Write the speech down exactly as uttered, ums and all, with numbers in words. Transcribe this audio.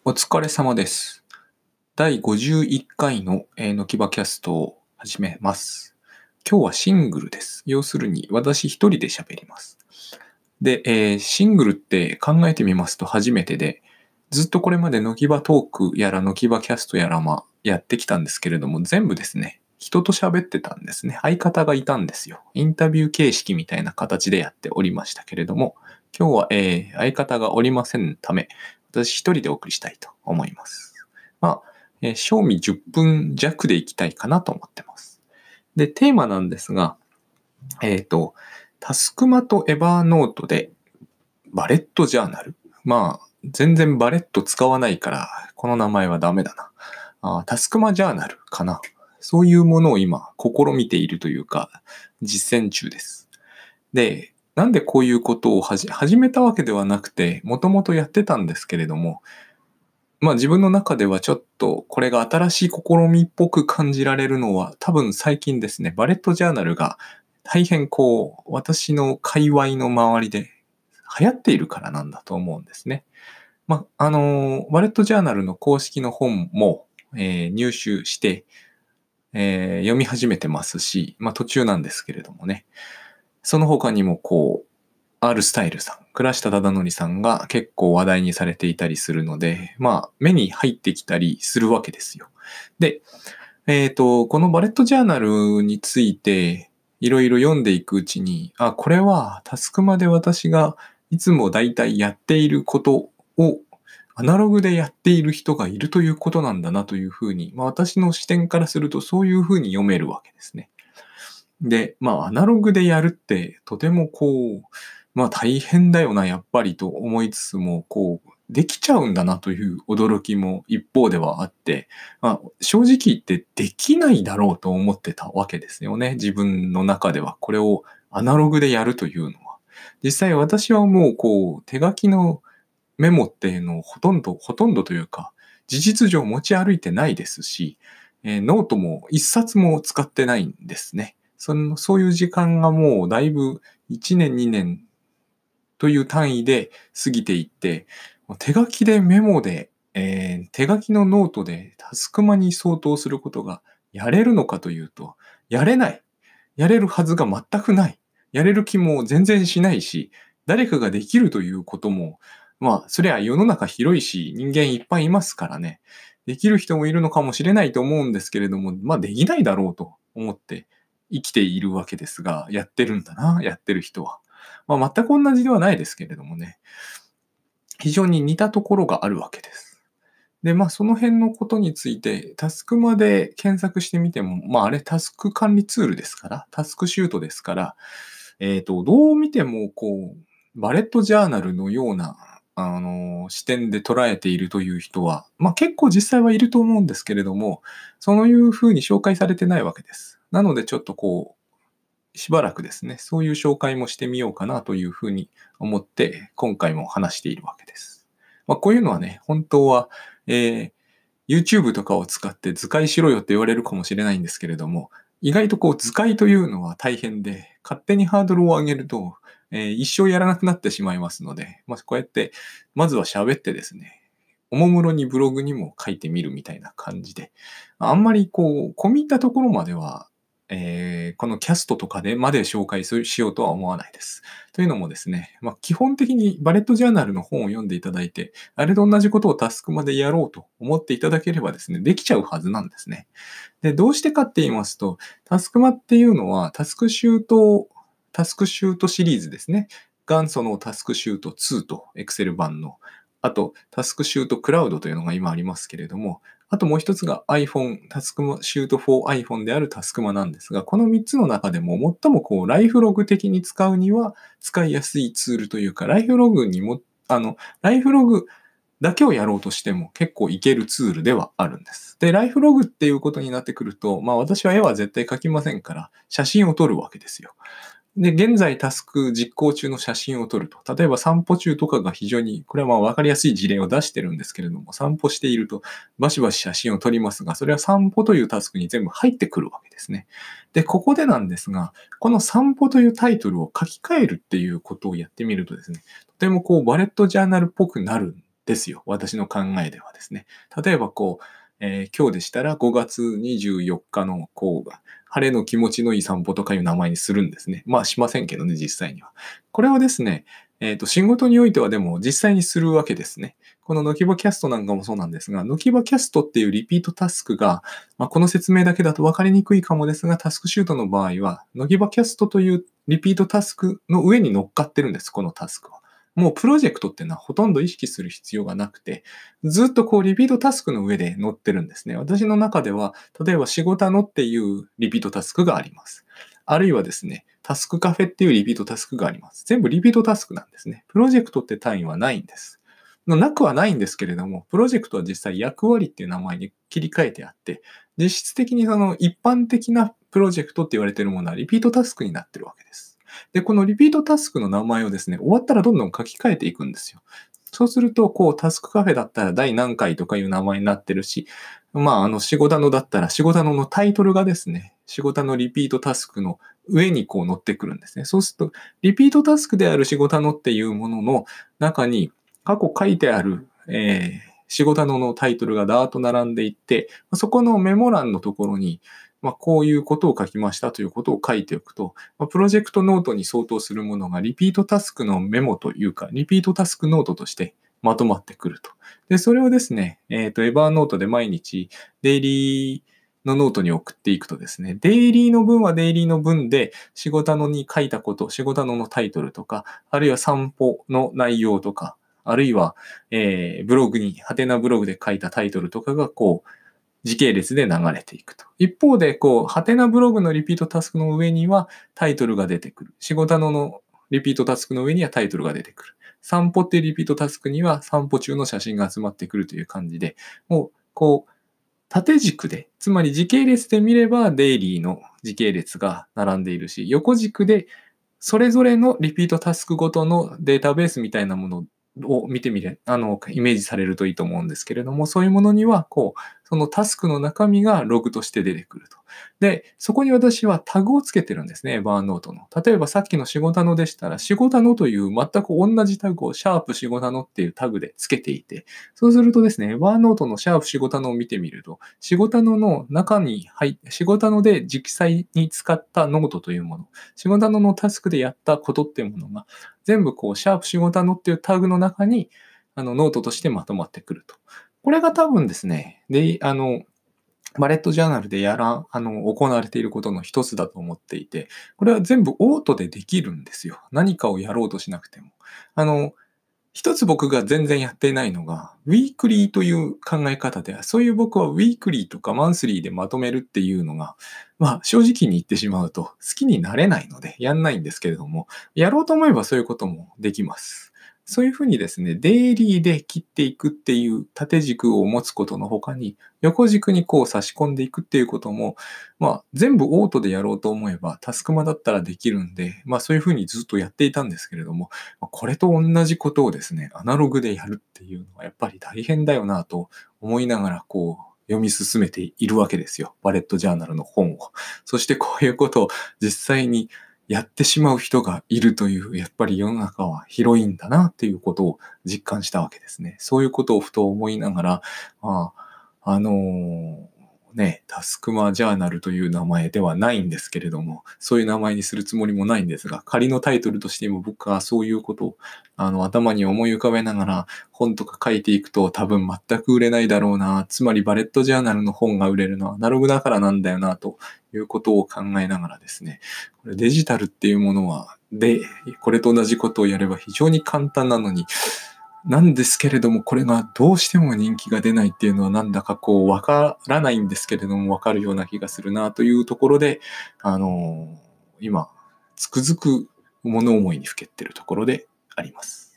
お疲れ様です。だいごじゅういっかいの、えー、のきばキャストを始めます。今日はシングルです。要するに私一人で喋ります。で、えーシングルって考えてみますと初めてで、ずっとこれまでのきばトークやらのきばキャストやらまあやってきたんですけれども、全部ですね、人と喋ってたんですね。相方がいたんですよ。インタビュー形式みたいな形でやっておりましたけれども、今日は、えー相方がおりませんため、私一人でお送りしたいと思います。まあ、えー賞味じゅっぷん弱でいきたいかなと思ってます。で、テーマなんですが、えっと、タスクマとエバーノートでバレットジャーナル。まあ、全然バレット使わないから、この名前はダメだな。あタスクマジャーナルかな。そういうものを今、試みているというか、実践中です。で、なんでこういうことをはじ始めたわけではなくて、もともとやってたんですけれども、まあ自分の中ではちょっとこれが新しい試みっぽく感じられるのは多分最近ですね、バレットジャーナルが大変こう私の界隈の周りで流行っているからなんだと思うんですね。まあ、あの、バレットジャーナルの公式の本も、えー入手して、えー読み始めてますし、まあ途中なんですけれどもね。その他にもこう、R スタイルさん、倉下忠則さんが結構話題にされていたりするので、まあ、目に入ってきたりするわけですよ。で、えっと、このバレットジャーナルについて、いろいろ読んでいくうちに、あ、これはタスクマで私がいつもだいたいやっていることをアナログでやっている人がいるということなんだなというふうに、まあ私の視点からするとそういうふうに読めるわけですね。で、まあ、アナログでやるって、とてもこう、まあ大変だよな、やっぱりと思いつつも、こう、できちゃうんだなという驚きも一方ではあって、まあ、正直言ってできないだろうと思ってたわけですよね。自分の中ではこれをアナログでやるというのは。実際私はもうこう、手書きのメモっていうのをほとんど、ほとんどというか、事実上持ち歩いてないですし、えーノートも一冊も使ってないんですね。その、そういう時間がもうだいぶいちねんにねんという単位で過ぎていって、手書きでメモで、えー手書きのノートでタスクマに相当することがやれるのかというと、やれない。やれるはずが全くない。やれる気も全然しないし、誰かができるということも、まあ、そりゃ世の中広いし、人間いっぱいいますからね。できる人もいるのかもしれないと思うんですけれども、まあ、できないだろうと思って生きているわけですが、やってるんだな、やってる人は。まあ、全く同じではないですけれどもね。非常に似たところがあるわけです。で、まあ、その辺のことについて、タスクまで検索してみても、まあ、あれタスク管理ツールですから、タスクシュートですから、えっと、どう見ても、こう、バレットジャーナルのような、あの、視点で捉えているという人は、まあ、結構実際はいると思うんですけれども、そういうふうに紹介されてないわけです。なので、ちょっとこう、しばらくですね、そういう紹介もしてみようかなというふうに思って、今回も話しているわけです。まあ、こういうのはね、本当は、えー YouTube とかを使って図解しろよって言われるかもしれないんですけれども、意外とこう図解というのは大変で、勝手にハードルを上げると、えー一生やらなくなってしまいますので、まあ、こうやって、まずは喋ってですね、おもむろにブログにも書いてみるみたいな感じで、あんまりこう、込み入ったところまでは、えーこのキャストとかでまで紹介しようとは思わないです。というのもですね、まあ、基本的にバレットジャーナルの本を読んでいただいて、あれと同じことをタスクまでやろうと思っていただければですね、できちゃうはずなんですね。で、どうしてかって言いますと、タスクマっていうのは、タスクシュート、タスクシュートシリーズですね。元祖のタスクシュートツーと Excel 版の、あと、タスクシュートクラウドというのが今ありますけれども、あともう一つが iPhone、タスクシュート for iPhone であるタスクマなんですが、このみっつの中でも最もこう、ライフログ的に使うには使いやすいツールというか、ライフログにも、あの、ライフログだけをやろうとしても結構いけるツールではあるんです。で、ライフログっていうことになってくると、まあ私は絵は絶対描きませんから、写真を撮るわけですよ。で、現在タスク実行中の写真を撮ると。例えば散歩中とかが非常に、これはまあ分かりやすい事例を出してるんですけれども、散歩しているとバシバシ写真を撮りますが、それは散歩というタスクに全部入ってくるわけですね。で、ここでなんですが、この散歩というタイトルを書き換えるっていうことをやってみるとですね、とてもこうバレットジャーナルっぽくなるんですよ。私の考えではですね。例えばこう、えー今日でしたらごがつにじゅうよっかのこうが、晴れの気持ちのいい散歩とかいう名前にするんですね。まあしませんけどね、実際には。これをですね、えっと、仕事においてはでも実際にするわけですね。このノキバキャストなんかもそうなんですが、ノキバキャストっていうリピートタスクが、まあ、この説明だけだと分かりにくいかもですが、タスクシュートの場合は、ノキバキャストというリピートタスクの上に乗っかってるんです、このタスクは。もうプロジェクトっていうのはほとんど意識する必要がなくて、ずっとこうリピートタスクの上で乗ってるんですね。私の中では、例えば仕事のっていうリピートタスクがあります。あるいはですね、タスクカフェっていうリピートタスクがあります。全部リピートタスクなんですね。プロジェクトって単位はないんです。なくはないんですけれども、プロジェクトは実際役割っていう名前に切り替えてあって、実質的にその一般的なプロジェクトって言われているものはリピートタスクになってるわけです。で、このリピートタスクの名前をですね、終わったらどんどん書き換えていくんですよ。そうすると、こう、タスクカフェだったら第何回とかいう名前になってるし、まあ、あの、仕事のだったら、仕事ののタイトルがですね、仕事のリピートタスクの上にこう載ってくるんですね。そうすると、リピートタスクである仕事のっていうものの中に、過去書いてある、えー仕事ののタイトルがダーッと並んでいって、そこのメモ欄のところに、まあ、こういうことを書きましたということを書いておくと、まあ、プロジェクトノートに相当するものがリピートタスクのメモというか、リピートタスクノートとしてまとまってくると。で、それをですね、えっと、エバーノートで毎日デイリーのノートに送っていくとですね、デイリーの分はデイリーの分で仕事のに書いたこと、仕事ののタイトルとか、あるいは散歩の内容とか、あるいは、えーブログに、ハテナブログで書いたタイトルとかがこう、時系列で流れていくと。一方で、こう、ハテナブログのリピートタスクの上にはタイトルが出てくる。仕事ののリピートタスクの上にはタイトルが出てくる。散歩っていうリピートタスクには散歩中の写真が集まってくるという感じで、もう、こう、縦軸で、つまり時系列で見ればデイリーの時系列が並んでいるし、横軸でそれぞれのリピートタスクごとのデータベースみたいなものを見てみれ、あの、イメージされるといいと思うんですけれども、そういうものには、こう、そのタスクの中身がログとして出てくると。で、そこに私はタグをつけてるんですね、バーノートの。例えばさっきの仕事のでしたら、仕事のという全く同じタグをシャープ仕事のっていうタグでつけていて、そうするとですね、バーノートのシャープ仕事のを見てみると、仕事のの中に入って、仕事ので実際に使ったノートというもの、仕事ののタスクでやったことっていうものが、全部こう、シャープ仕事のっていうタグの中に、あの、ノートとしてまとまってくると。これが多分ですね、で、あの、バレットジャーナルでやら、あの、行われていることの一つだと思っていて、これは全部オートでできるんですよ。何かをやろうとしなくても。あの、一つ僕が全然やっていないのが、ウィークリーという考え方で、そういう僕はウィークリーとかマンスリーでまとめるっていうのが、まあ正直に言ってしまうと好きになれないのでやんないんですけれども、やろうと思えばそういうこともできます。そういうふうにですね、デイリーで切っていくっていう縦軸を持つことの他に、横軸にこう差し込んでいくっていうことも、まあ全部オートでやろうと思えばタスクマだったらできるんで、まあそういうふうにずっとやっていたんですけれども、これと同じことをですね、アナログでやるっていうのはやっぱり大変だよなと思いながらこう読み進めているわけですよ。バレットジャーナルの本を。そしてこういうことを実際にやってしまう人がいるという、やっぱり世の中は広いんだなっていうことを実感したわけですね。そういうことをふと思いながら、まあ、あのーね、タスクマジャーナルという名前ではないんですけれども、そういう名前にするつもりもないんですが、仮のタイトルとしても僕はそういうことをあの頭に思い浮かべながら本とか書いていくと多分全く売れないだろうな、つまりバレットジャーナルの本が売れるのはアナログだからなんだよな、ということを考えながらですね、これデジタルっていうものは、で、これと同じことをやれば非常に簡単なのに、なんですけれども、これがどうしても人気が出ないっていうのはなんだかこうわからないんですけれども、わかるような気がするなというところで、あのー今、つくづく物思いにふけっているところであります。